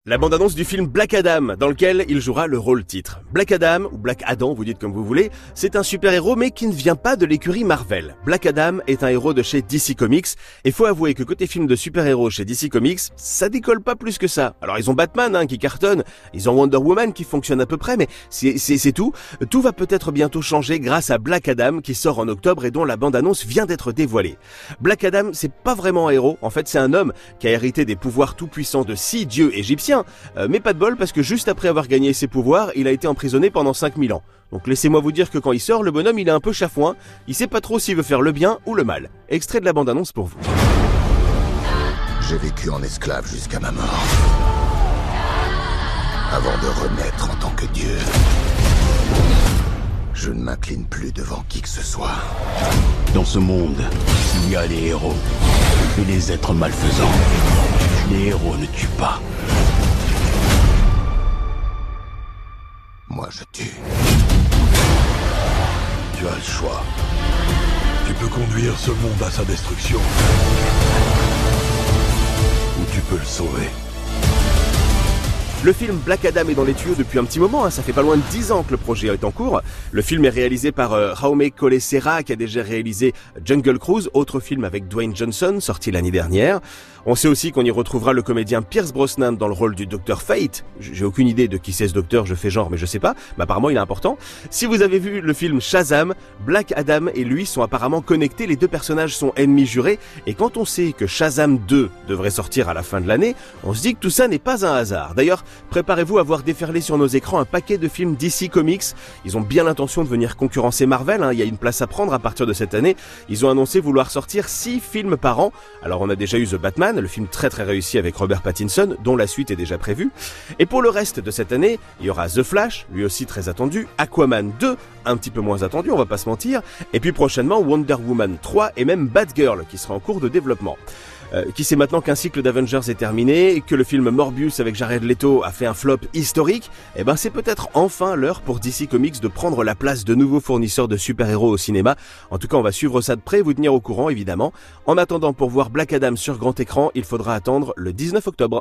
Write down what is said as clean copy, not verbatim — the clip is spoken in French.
La bande-annonce du film Black Adam, dans lequel il jouera le rôle titre. Black Adam, ou Black Adam, vous dites comme vous voulez, c'est un super-héros mais qui ne vient pas de l'écurie Marvel. Black Adam est un héros de chez DC Comics, et faut avouer que côté film de super-héros chez DC Comics, ça décolle pas plus que ça. Alors ils ont Batman qui cartonne, ils ont Wonder Woman qui fonctionne à peu près, mais c'est tout. Tout va peut-être bientôt changer grâce à Black Adam qui sort en octobre et dont la bande-annonce vient d'être dévoilée. Black Adam, c'est pas vraiment un héros, en fait c'est un homme qui a hérité des pouvoirs tout-puissants de 6 dieux égyptiens, mais pas de bol parce que juste après avoir gagné ses pouvoirs, il a été emprisonné pendant 5000 ans. Donc laissez-moi vous dire que quand il sort, le bonhomme il est un peu chafouin, il sait pas trop s'il veut faire le bien ou le mal. Extrait de la bande-annonce pour vous. J'ai vécu en esclave jusqu'à ma mort, avant de renaître en tant que Dieu. Je ne m'incline plus devant qui que ce soit. Dans ce monde, il y a les héros et les êtres malfaisants. Les héros ne tuent pas. Moi, je tue. Tu as le choix. Tu peux conduire ce monde à sa destruction. Ou tu peux le sauver. Le film Black Adam est dans les tuyaux depuis un petit moment, ça fait pas loin de 10 ans que le projet est en cours. Le film est réalisé par Jaume Collet-Serra qui a déjà réalisé Jungle Cruise, autre film avec Dwayne Johnson, sorti l'année dernière. On sait aussi qu'on y retrouvera le comédien Pierce Brosnan dans le rôle du Dr Fate. J'ai aucune idée de qui c'est ce docteur, je fais genre mais je sais pas, mais apparemment il est important. Si vous avez vu le film Shazam, Black Adam et lui sont apparemment connectés, les deux personnages sont ennemis jurés, et quand on sait que Shazam 2 devrait sortir à la fin de l'année, on se dit que tout ça n'est pas un hasard. D'ailleurs, préparez-vous à voir déferler sur nos écrans un paquet de films DC Comics. Ils ont bien l'intention de venir concurrencer Marvel, il y a une place à prendre à partir de cette année. Ils ont annoncé vouloir sortir 6 films par an. Alors on a déjà eu The Batman, le film très réussi avec Robert Pattinson, dont la suite est déjà prévue. Et pour le reste de cette année, il y aura The Flash, lui aussi très attendu, Aquaman 2, un petit peu moins attendu, on va pas se mentir, et puis prochainement Wonder Woman 3 et même Batgirl qui sera en cours de développement. Qui sait maintenant qu'un cycle d'Avengers est terminé, que le film Morbius avec Jared Leto a fait un flop historique, et ben c'est peut-être enfin l'heure pour DC Comics de prendre la place de nouveaux fournisseurs de super-héros au cinéma. En tout cas, on va suivre ça de près et vous tenir au courant évidemment. En attendant, pour voir Black Adam sur grand écran, il faudra attendre le 19 octobre.